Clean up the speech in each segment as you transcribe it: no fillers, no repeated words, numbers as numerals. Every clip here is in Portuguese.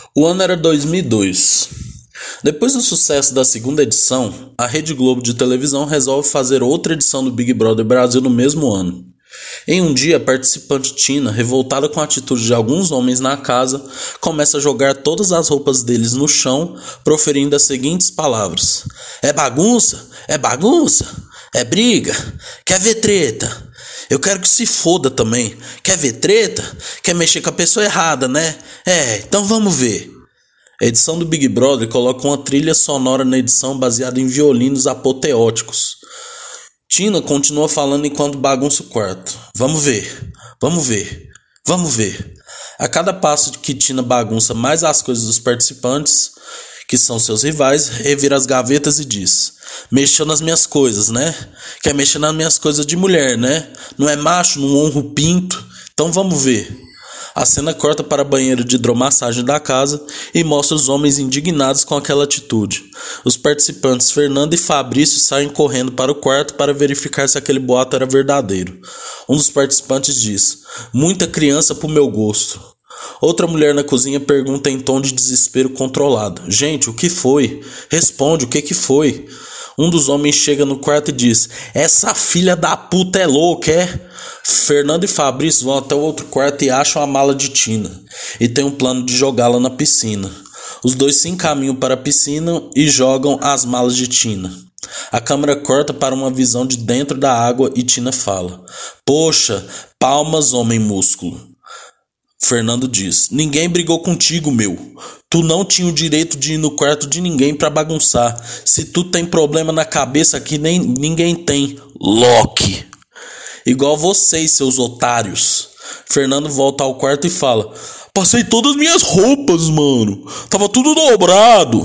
O ano era 2002. Depois do sucesso da segunda edição, a Rede Globo de televisão resolve fazer outra edição do Big Brother Brasil no mesmo ano. Em um dia, a participante Tina, revoltada com a atitude de alguns homens na casa, começa a jogar todas as roupas deles no chão, proferindo as seguintes palavras: "É bagunça? É bagunça? É briga? Quer ver treta? Eu quero que se foda também. Quer ver treta? Quer mexer com a pessoa errada, né? Então vamos ver." A edição do Big Brother coloca uma trilha sonora na edição baseada em violinos apoteóticos. Tina continua falando enquanto bagunça o quarto. Vamos ver, vamos ver, vamos ver. A cada passo que Tina bagunça mais as coisas dos participantes, que são seus rivais, revira as gavetas e diz: "Mexeu nas minhas coisas, né? Quer mexer nas minhas coisas de mulher, né? Não é macho, não honra o pinto? Então vamos ver." A cena corta para a banheira de hidromassagem da casa e mostra os homens indignados com aquela atitude. Os participantes Fernando e Fabrício saem correndo para o quarto para verificar se aquele boato era verdadeiro. Um dos participantes diz: "Muita criança pro meu gosto." Outra mulher na cozinha pergunta em tom de desespero controlado: "Gente, o que foi? Responde, o que foi?" Um dos homens chega no quarto e diz: "Essa filha da puta é louca, é?" Fernando e Fabrício vão até o outro quarto e acham a mala de Tina, e tem um plano de jogá-la na piscina. Os dois se encaminham para a piscina e jogam as malas de Tina. A câmera corta para uma visão de dentro da água e Tina fala: "Poxa, palmas, homem músculo." Fernando diz: "Ninguém brigou contigo, meu. Tu não tinha o direito de ir no quarto de ninguém pra bagunçar. Se tu tem problema na cabeça aqui, nem ninguém tem. Loki. Igual vocês, seus otários." Fernando volta ao quarto e fala: "Passei todas as minhas roupas, mano. Tava tudo dobrado."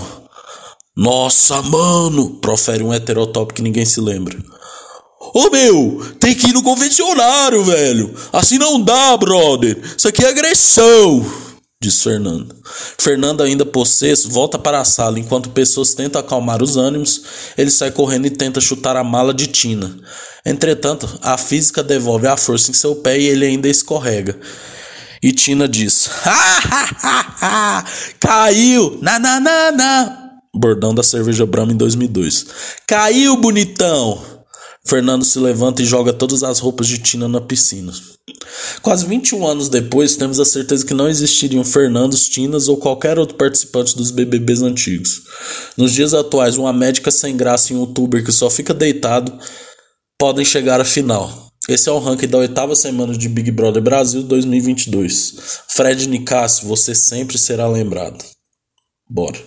"Nossa, mano," profere um heterotópico que ninguém se lembra. "Ô meu, tem que ir no confessionário, velho. Assim não dá, brother. Isso aqui é agressão," diz Fernando. Fernando, ainda possesso, volta para a sala. Enquanto pessoas tentam acalmar os ânimos, ele sai correndo e tenta chutar a mala de Tina. Entretanto, a física devolve a força em seu pé e ele ainda escorrega. E Tina diz: "Ha, ha, ha, ha, caiu, na, na, na, na." Bordão da cerveja Brahma em 2002. "Caiu, bonitão." Fernando se levanta e joga todas as roupas de Tina na piscina. Quase 21 anos depois, temos a certeza que não existiriam Fernandos, Tinas ou qualquer outro participante dos BBBs antigos. Nos dias atuais, uma médica sem graça e um youtuber que só fica deitado podem chegar à final. Esse é o ranking da 8ª semana de Big Brother Brasil 2022. Fred Nicásio, você sempre será lembrado. Bora.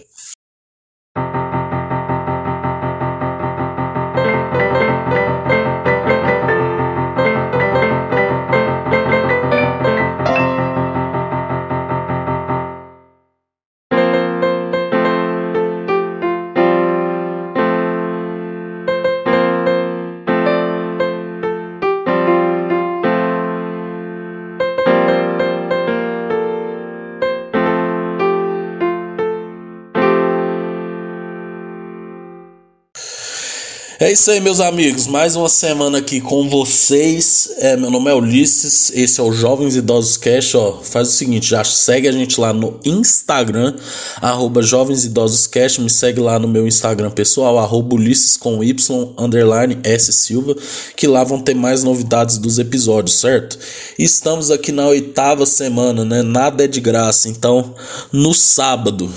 É isso aí, meus amigos, mais uma semana aqui com vocês. Meu nome é Ulisses, esse é o Jovens Idosos Cast. Faz o seguinte, já segue a gente lá no Instagram, @Jovens Idosos Cast. Me segue lá no meu Instagram pessoal, @Ulisses com Y, _S Silva, que lá vão ter mais novidades dos episódios, certo? Estamos aqui na 8ª semana, né? Nada é de graça, então no sábado,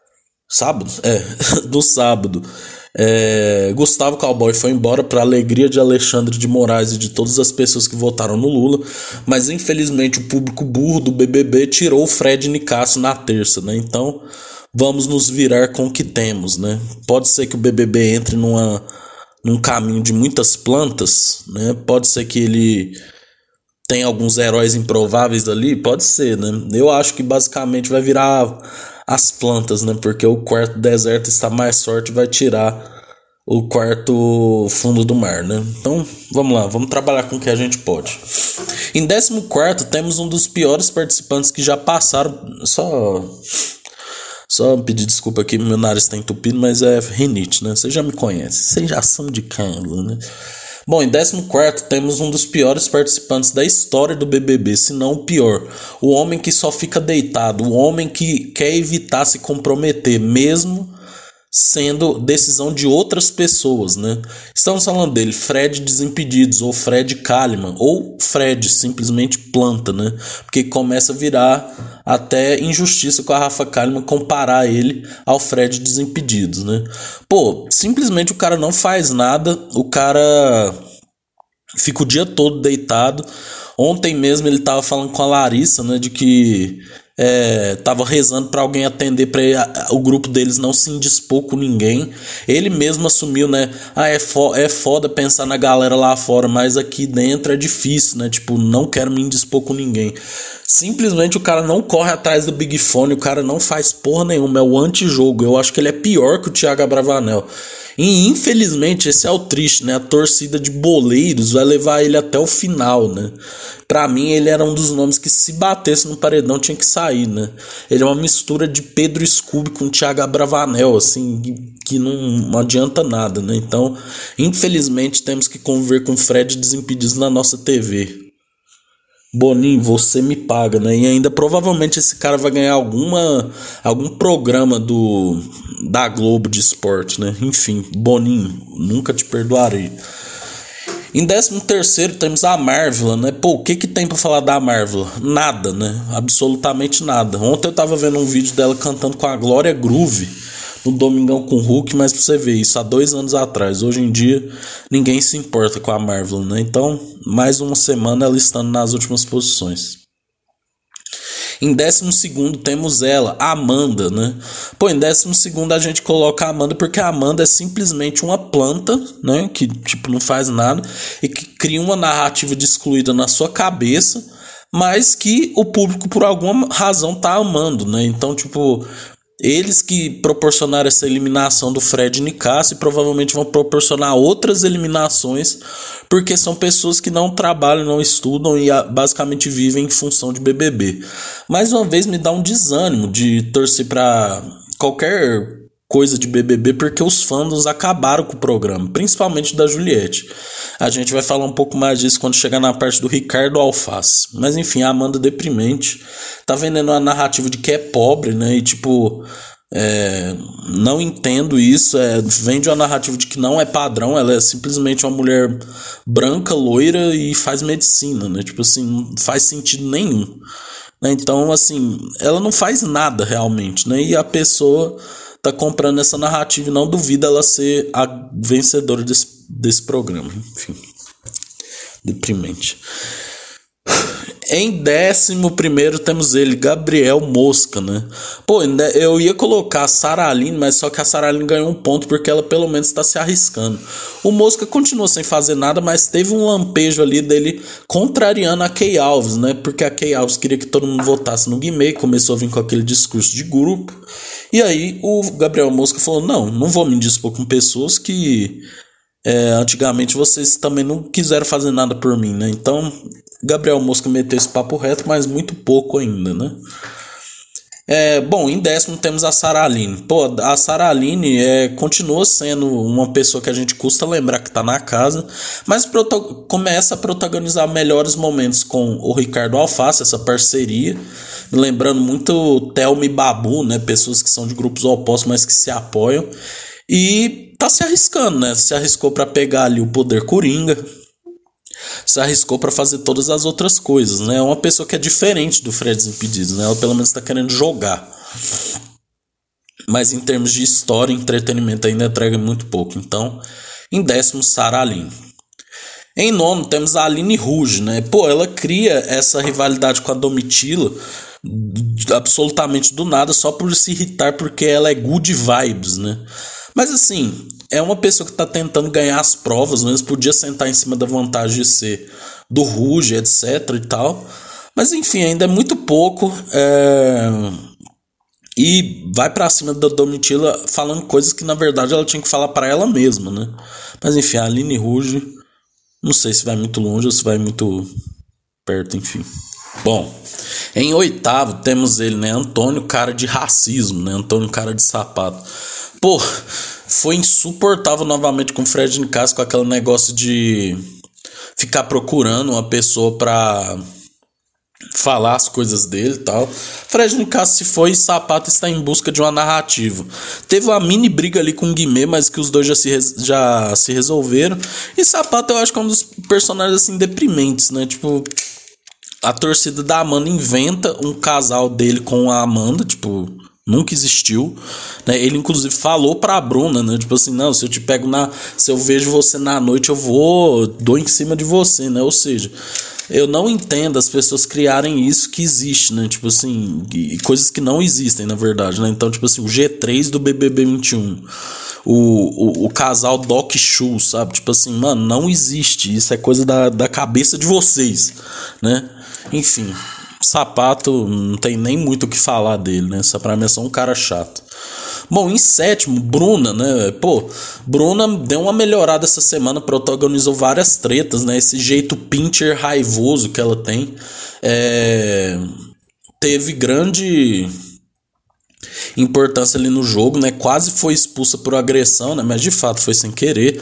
no sábado, Gustavo Cowboy foi embora, para alegria de Alexandre de Moraes e de todas as pessoas que votaram no Lula, mas infelizmente o público burro do BBB tirou o Fred Nicásio na terça, né? Então vamos nos virar com o que temos, né? Pode ser que o BBB entre num caminho de muitas plantas, né? Pode ser que ele tenha alguns heróis improváveis ali, pode ser, né? Eu acho que basicamente vai virar as plantas, né? Porque o quarto deserto está mais forte e vai tirar o quarto fundo do mar, né? Então, vamos lá, vamos trabalhar com o que a gente pode. Em 14º, temos um dos piores participantes que já passaram. Só pedir desculpa aqui, meu nariz está entupido, mas é rinite, né? Vocês já me conhecem, vocês já são de casa, né? Bom, em 14º temos um dos piores participantes da história do BBB, se não o pior. O homem que só fica deitado, o homem que quer evitar se comprometer, mesmo sendo decisão de outras pessoas, né? Estamos falando dele, Fred Desimpedidos, ou Fred Kalimann, ou Fred, simplesmente planta, né? Porque começa a virar até injustiça com a Rafa Kalimann comparar ele ao Fred Desimpedidos, né? Pô, simplesmente o cara não faz nada, o cara fica o dia todo deitado. Ontem mesmo ele tava falando com a Larissa, né, de que tava rezando para alguém atender, para o grupo deles não se indispor com ninguém. Ele mesmo assumiu, né? É foda pensar na galera lá fora, mas aqui dentro é difícil, né? Tipo, não quero me indispor com ninguém. Simplesmente o cara não corre atrás do Big Fone, o cara não faz porra nenhuma, é o antijogo. Eu acho que ele é pior que o Thiago Abravanel. E infelizmente esse é o triste, né? A torcida de boleiros vai levar ele até o final, né? Pra mim ele era um dos nomes que, se batesse no paredão, tinha que sair, né? Ele é uma mistura de Pedro Scooby com Thiago Abravanel, assim, que não adianta nada, né? Então, infelizmente temos que conviver com Fred Desimpedidos na nossa TV. Boninho, você me paga, né? E ainda provavelmente esse cara vai ganhar algum programa da Globo de esporte, né? Enfim, Boninho, nunca te perdoarei. Em 13º temos a Marvel, né? Pô, o que tem pra falar da Marvel? Nada, né? Absolutamente nada. Ontem eu tava vendo um vídeo dela cantando com a Glória Groove no Domingão com o Hulk, mas pra você ver, isso há 2 anos atrás. Hoje em dia ninguém se importa com a Marvel, né? Então, mais uma semana ela estando nas últimas posições. Em 12º temos ela, a Amanda, né? Pô, em 12º a gente coloca a Amanda porque a Amanda é simplesmente uma planta, né? Que, tipo, não faz nada e que cria uma narrativa de excluída na sua cabeça, mas que o público, por alguma razão, tá amando, né? Então, tipo, eles que proporcionaram essa eliminação do Fred Nicásio provavelmente vão proporcionar outras eliminações, porque são pessoas que não trabalham, não estudam e basicamente vivem em função de BBB. Mais uma vez me dá um desânimo de torcer para qualquer coisa de BBB, porque os fandoms acabaram com o programa, principalmente da Juliette. A gente vai falar um pouco mais disso quando chegar na parte do Ricardo Alface. Mas enfim, a Amanda deprimente tá vendendo uma narrativa de que é pobre, né? E tipo, não entendo isso. Vende uma narrativa de que não é padrão, ela é simplesmente uma mulher branca, loira e faz medicina, né? Tipo assim, não faz sentido nenhum, né? Então, assim, ela não faz nada realmente, né? E a pessoa tá comprando essa narrativa e não duvida ela ser a vencedora desse programa. Enfim, deprimente. Em 11º temos ele, Gabriel Mosca, né? Pô, eu ia colocar a Sara Aline, mas só que a Sara Aline ganhou um ponto porque ela pelo menos está se arriscando. O Mosca continua sem fazer nada, mas teve um lampejo ali dele contrariando a Kay Alves, né? Porque a Kay Alves queria que todo mundo votasse no Guimê, começou a vir com aquele discurso de grupo. E aí o Gabriel Mosca falou, não vou me indispor com pessoas que antigamente vocês também não quiseram fazer nada por mim, né? Então Gabriel Mosca meteu esse papo reto, mas muito pouco ainda, né? Bom, em 10º temos a Sara Aline. Pô, a Sara Aline continua sendo uma pessoa que a gente custa lembrar que tá na casa, mas começa a protagonizar melhores momentos com o Ricardo Alface, essa parceria, lembrando muito Thelma e Babu, né? Pessoas que são de grupos opostos, mas que se apoiam. E tá se arriscando, né? Se arriscou para pegar ali o poder coringa, se arriscou para fazer todas as outras coisas, né? É uma pessoa que é diferente do Fred Desimpedidos, né? Ela pelo menos está querendo jogar. Mas em termos de história e entretenimento ainda entrega muito pouco. Então, em 10º, Sara Aline. Em 9º temos a Aline Ruge, né? Pô, ela cria essa rivalidade com a Domitila absolutamente do nada, só por se irritar porque ela é good vibes, né? Mas assim, é uma pessoa que tá tentando ganhar as provas, mas podia sentar em cima da vantagem de ser do Ruge, etc e tal. Mas enfim, ainda é muito pouco. E vai pra cima da Domitila falando coisas que na verdade ela tinha que falar pra ela mesma, né? Mas enfim, a Aline Ruge, não sei se vai muito longe ou se vai muito perto, enfim. Bom, Em oitavo, temos ele, né? Antônio, cara de racismo, né? Antônio, cara de sapato. Pô, foi insuportável novamente com o Fred Nicásio, com aquele negócio de ficar procurando uma pessoa pra falar as coisas dele e tal. Fred Nicásio se foi e Sapato está em busca de uma narrativa. Teve uma mini briga ali com o Guimê, mas que os dois já se resolveram. E Sapato eu acho que é um dos personagens assim deprimentes, né? Tipo, a torcida da Amanda inventa um casal dele com a Amanda, tipo, nunca existiu, né? Ele inclusive falou pra Bruna, né? Tipo assim, não, se eu vejo você na noite, dou em cima de você, né? Ou seja, eu não entendo as pessoas criarem isso que existe, né? Tipo assim, coisas que não existem, na verdade, né? Então, tipo assim, o G3 do BBB 21, o casal Doc Shoe, sabe? Tipo assim, mano, não existe. Isso é coisa da cabeça de vocês, né? Enfim, Sapato não tem nem muito o que falar dele, né? Só pra mim é só um cara chato. Bom, em sétimo, Bruna, né? Pô, Bruna deu uma melhorada essa semana, protagonizou várias tretas, né? Esse jeito pincher raivoso que ela tem. Teve grande importância ali no jogo, né? Quase foi expulsa por agressão, né? Mas de fato foi sem querer.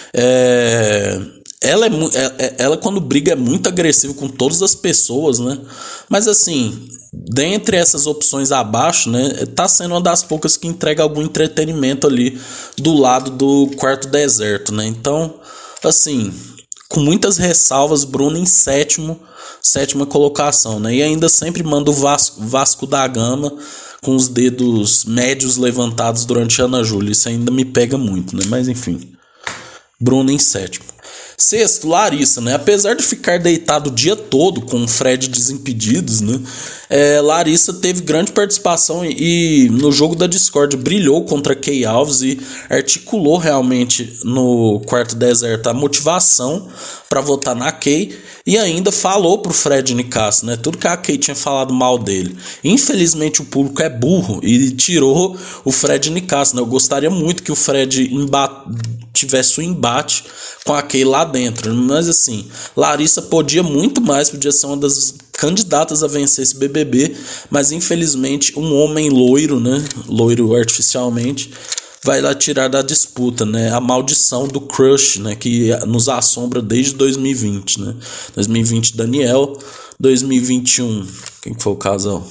Ela quando briga é muito agressiva com todas as pessoas, né? Mas assim, dentre essas opções abaixo, né, tá sendo uma das poucas que entrega algum entretenimento ali do lado do quarto deserto, né? Então, assim, com muitas ressalvas, Bruno em sétima colocação, né? E ainda sempre manda o Vasco da Gama com os dedos médios levantados durante a Ana Júlia. Isso ainda me pega muito, né? Mas enfim, Bruno em sétimo. Sexto, Larissa, né? Apesar de ficar deitado o dia todo com o Fred Desimpedidos, né? Larissa teve grande participação e no jogo da Discord brilhou contra Kay Alves e articulou realmente no quarto deserto a motivação para votar na Kay e ainda falou pro Fred Nicásio, né? Tudo que a Kay tinha falado mal dele. Infelizmente o público é burro e tirou o Fred Nicásio, né? Eu gostaria muito que o Fred tivesse um embate com a Kay lá dentro, mas assim, Larissa podia muito mais, podia ser uma das candidatas a vencer esse BBB, mas infelizmente um homem loiro, né, loiro artificialmente, vai lá tirar da disputa, né, a maldição do crush, né, que nos assombra desde 2020, né, 2020 Daniel, 2021, quem foi o casal?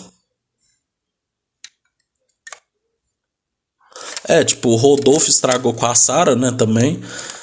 Tipo, o Rodolfo estragou com a Sarah, né, também.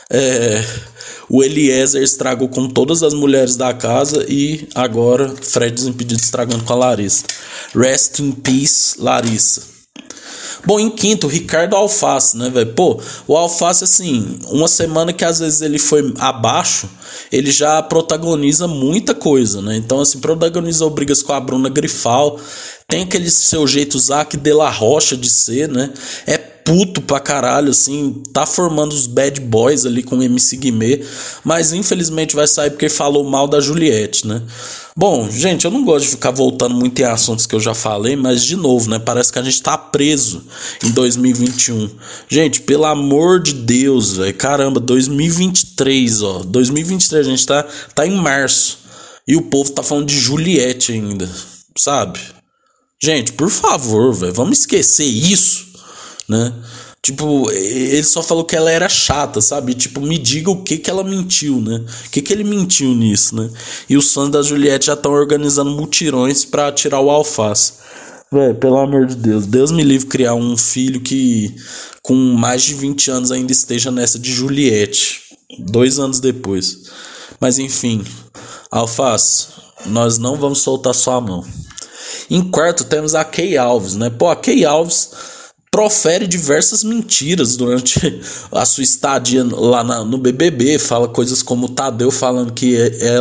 O Eliezer estragou com todas as mulheres da casa e agora Fred Desimpedido estragando com a Larissa. Rest in peace, Larissa. Bom, em quinto, Ricardo Alface, né, velho? Pô, o Alface, assim, uma semana que às vezes ele foi abaixo, ele já protagoniza muita coisa, né? Então, assim, protagonizou brigas com a Bruna Grifal, tem aquele seu jeito Zac de la Rocha de ser, né? Puto pra caralho, assim, tá formando os bad boys ali com o MC Guimê, mas infelizmente vai sair porque falou mal da Juliette, né? Bom, gente, eu não gosto de ficar voltando muito em assuntos que eu já falei, mas de novo, né? Parece que a gente tá preso em 2021. Gente, pelo amor de Deus, velho, caramba, 2023, ó, 2023, a gente tá em março e o povo tá falando de Juliette ainda, sabe? Gente, por favor, velho, vamos esquecer isso, né? Tipo, ele só falou que ela era chata, sabe? Tipo, me diga o que ela mentiu, né? O que ele mentiu nisso, né? E os fãs da Juliette já estão organizando mutirões pra tirar o Alface. Velho, pelo amor de Deus, Deus me livre criar um filho que com mais de 20 anos ainda esteja nessa de Juliette, 2 anos depois. Mas enfim, Alface, nós não vamos soltar sua mão. Em quarto temos a Kay Alves, né? Pô, a Kay Alves profere diversas mentiras durante a sua estadia lá no BBB, fala coisas como o Tadeu falando que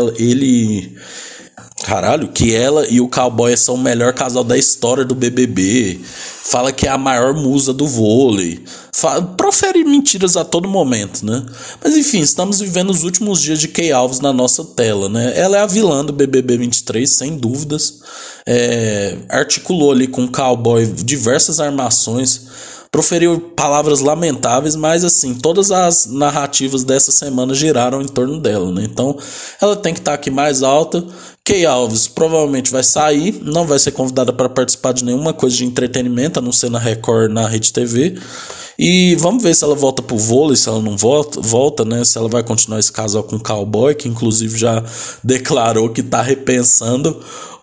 que ela e o cowboy são o melhor casal da história do BBB, fala que é a maior musa do vôlei, profere mentiras a todo momento, né? Mas enfim, estamos vivendo os últimos dias de Kay Alves na nossa tela, né? Ela é a vilã do BBB 23, sem dúvidas. Articulou ali com o cowboy diversas armações proferiu palavras lamentáveis, mas assim, todas as narrativas dessa semana giraram em torno dela, né? Então, ela tem que estar aqui mais alta. Kay Alves provavelmente vai sair, não vai ser convidada para participar de nenhuma coisa de entretenimento, a não ser na Record, na Rede TV. E vamos ver se ela volta pro vôlei, se ela não volta, né? Se ela vai continuar esse casal com o Cowboy, que inclusive já declarou que tá repensando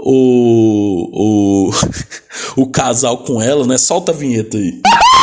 o o casal com ela, né? Solta a vinheta aí.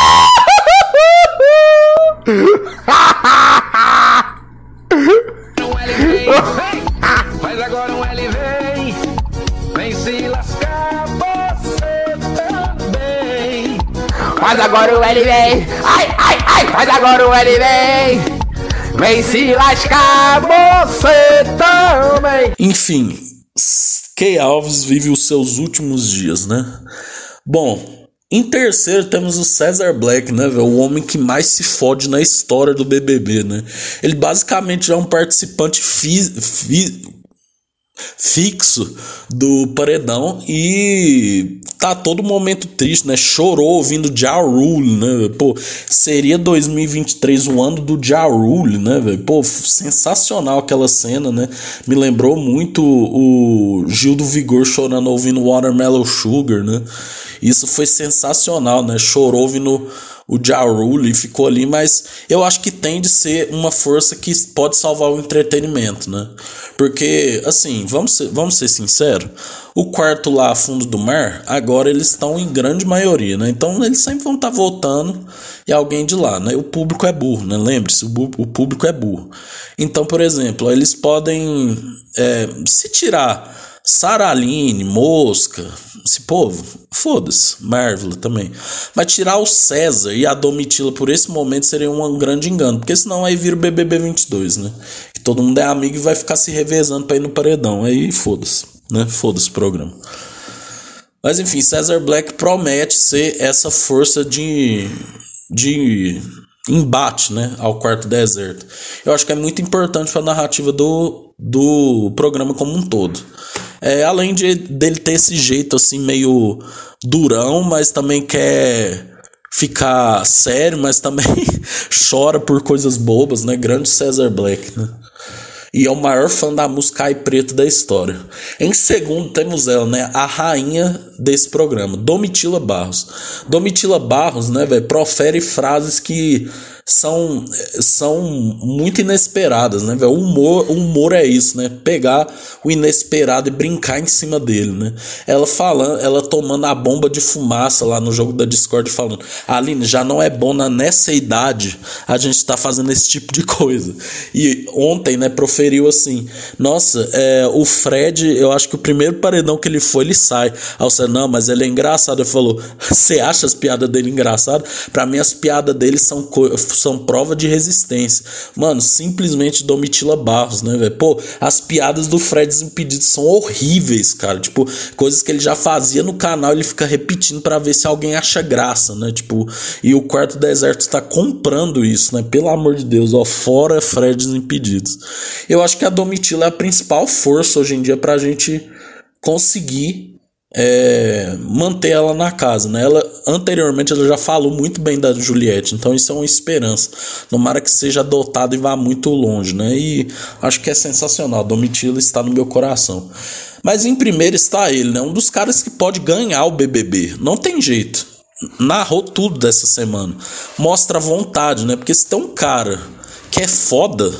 Faz agora um LV, vem se lascar você também. Faz agora o LV, ai, ai, ai, faz agora o LV, vem se lascar você também. Enfim, Kay Alves vive os seus últimos dias, né? Bom, em terceiro temos o Cesar Black, né, velho? O homem que mais se fode na história do BBB, né? Ele basicamente já é um participante fixo do paredão e tá todo momento triste, né? Chorou ouvindo Ja Rule, né? Pô, seria 2023 o ano do Ja Rule, né, velho? Pô, sensacional aquela cena, né? Me lembrou muito o Gil do Vigor chorando ouvindo Watermelon Sugar, né? Isso foi sensacional, né? Chorou ouvindo o Ja Rule e ficou ali, mas eu acho que tem de ser uma força que pode salvar o entretenimento, né? Porque, assim, vamos ser sinceros, o quarto lá, fundo do mar, agora eles estão em grande maioria, né? Então eles sempre vão estar votando e alguém de lá, né? O público é burro, né? Lembre-se, o público é burro. Então, por exemplo, eles podem se tirar Sarah Aline, Mosca, esse povo, foda-se, Marvel também. Mas tirar o César e a Domitila por esse momento seria um grande engano, porque senão aí vira o BBB 22, né? Que todo mundo é amigo e vai ficar se revezando pra ir no paredão. Aí foda-se, né? Foda-se o programa. Mas enfim, Cesar Black promete ser essa força de embate, né, ao quarto deserto. Eu acho que é muito importante para a narrativa do programa como um todo. Além dele ter esse jeito assim meio durão, mas também quer ficar sério, mas também chora por coisas bobas, né? Grande Cesar Black, né? E é o maior fã da música Ai Preto da história. Em segundo temos ela, né? A rainha desse programa, Domitila Barros. Domitila Barros, né, velho, profere frases que são muito inesperadas, né, velho? O humor é isso, né? Pegar o inesperado e brincar em cima dele, né? Ela tomando a bomba de fumaça lá no jogo da Discord, falando: Aline, já não é bom nessa idade a gente tá fazendo esse tipo de coisa. E ontem, né, proferiu assim: nossa, o Fred, eu acho que o primeiro paredão que ele foi, ele sai. Aí você, não, mas ele é engraçado. Ele falou: você acha as piadas dele engraçadas? Pra mim, as piadas dele são prova de resistência. Mano, simplesmente Domitila Barros, né, velho? Pô, as piadas do Fred Desimpedidos são horríveis, cara. Tipo, coisas que ele já fazia no canal, ele fica repetindo pra ver se alguém acha graça, né? Tipo, e o Quarto Deserto tá comprando isso, né? Pelo amor de Deus, ó, fora Fred Desimpedidos. Eu acho que a Domitila é a principal força hoje em dia pra gente conseguir manter ela na casa, né? Anteriormente ela já falou muito bem da Juliette, então isso é uma esperança. Tomara que seja adotada e vá muito longe, né? E acho que é sensacional. Domitila está no meu coração. Mas em primeiro está ele, né? Um dos caras que pode ganhar o BBB. Não tem jeito. Narrou tudo dessa semana. Mostra a vontade, né? Porque se tem um cara que é foda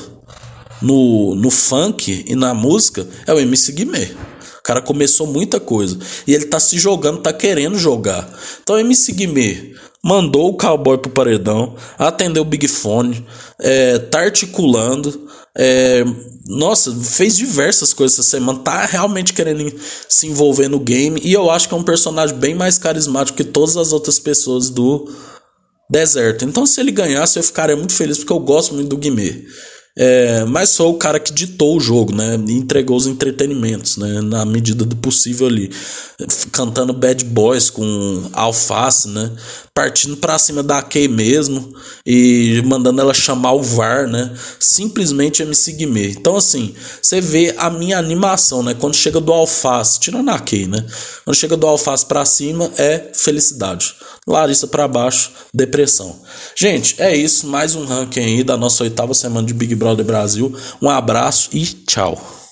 no funk e na música, é o MC Guimê. O cara começou muita coisa e ele tá se jogando, tá querendo jogar. Então o MC Guimê mandou o Cowboy pro paredão, atendeu o Big Fone, tá articulando, nossa, fez diversas coisas essa semana, tá realmente querendo se envolver no game. E eu acho que é um personagem bem mais carismático que todas as outras pessoas do deserto. Então se ele ganhasse eu ficaria muito feliz, porque eu gosto muito do Guimê. Mas sou o cara que ditou o jogo, né? Entregou os entretenimentos, né? Na medida do possível ali, cantando Bad Boys com Alface, né? partindo pra cima da Kay mesmo e mandando ela chamar o VAR, né? Simplesmente MC Guimê. Então, assim, você vê a minha animação, né? Quando chega do Alface, tirando a Kay, né? Quando chega do Alface pra cima é felicidade. Larissa pra baixo, depressão. Gente, é isso. Mais um ranking aí da nossa 8ª semana de Big Brother Brasil. Um abraço e tchau.